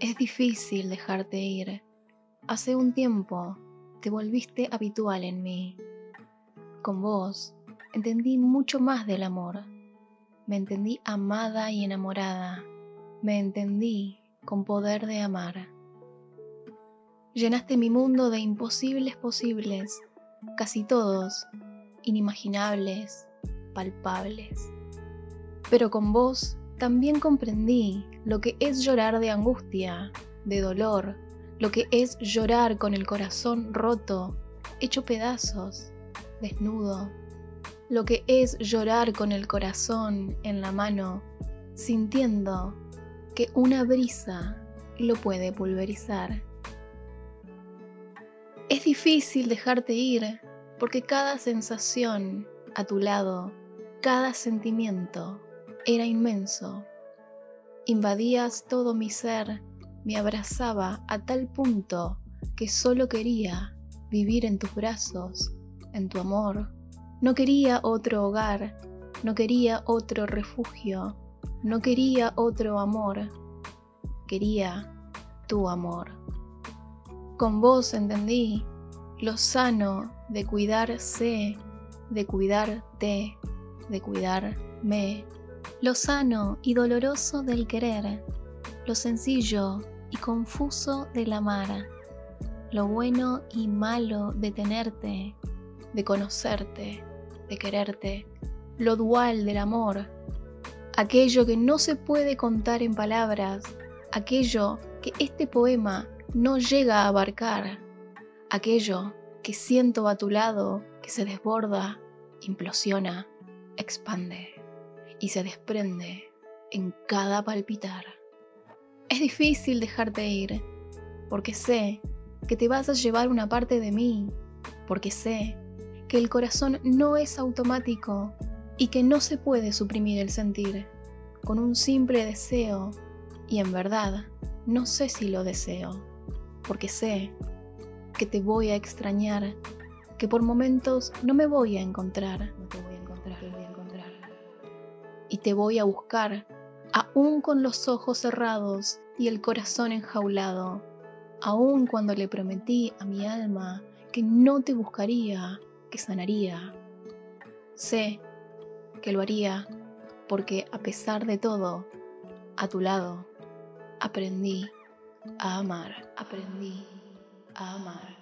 Es difícil dejarte ir. Hace un tiempo te volviste habitual en mí. Con vos entendí mucho más del amor. Me entendí amada y enamorada. Me entendí con poder de amar. Llenaste mi mundo de imposibles posibles, casi todos inimaginables, palpables. Pero con vos también comprendí lo que es llorar de angustia, de dolor, lo que es llorar con el corazón roto, hecho pedazos, desnudo, lo que es llorar con el corazón en la mano, sintiendo que una brisa lo puede pulverizar. Es difícil dejarte ir porque cada sensación a tu lado, cada sentimiento era inmenso. Invadías todo mi ser, me abrazaba a tal punto que solo quería vivir en tus brazos, en tu amor. No quería otro hogar, no quería otro refugio, no quería otro amor, quería tu amor. Con vos entendí lo sano de cuidarse, de cuidarte, de cuidarme, lo sano y doloroso del querer, lo sencillo y confuso del amar, lo bueno y malo de tenerte, de conocerte, de quererte, lo dual del amor, aquello que no se puede contar en palabras, aquello que este poema no llega a abarcar, aquello que siento a tu lado, que se desborda, implosiona, expande y se desprende en cada palpitar. Es difícil dejarte ir, porque sé que te vas a llevar una parte de mí, porque sé que el corazón no es automático y que no se puede suprimir el sentir con un simple deseo, y en verdad no sé si lo deseo, porque sé que te voy a extrañar, que por momentos no me voy a encontrar, y te voy a buscar, aún con los ojos cerrados y el corazón enjaulado, aún cuando le prometí a mi alma que no te buscaría, que sanaría. Sé que lo haría porque a pesar de todo, a tu lado, aprendí a amar, aprendí a amar.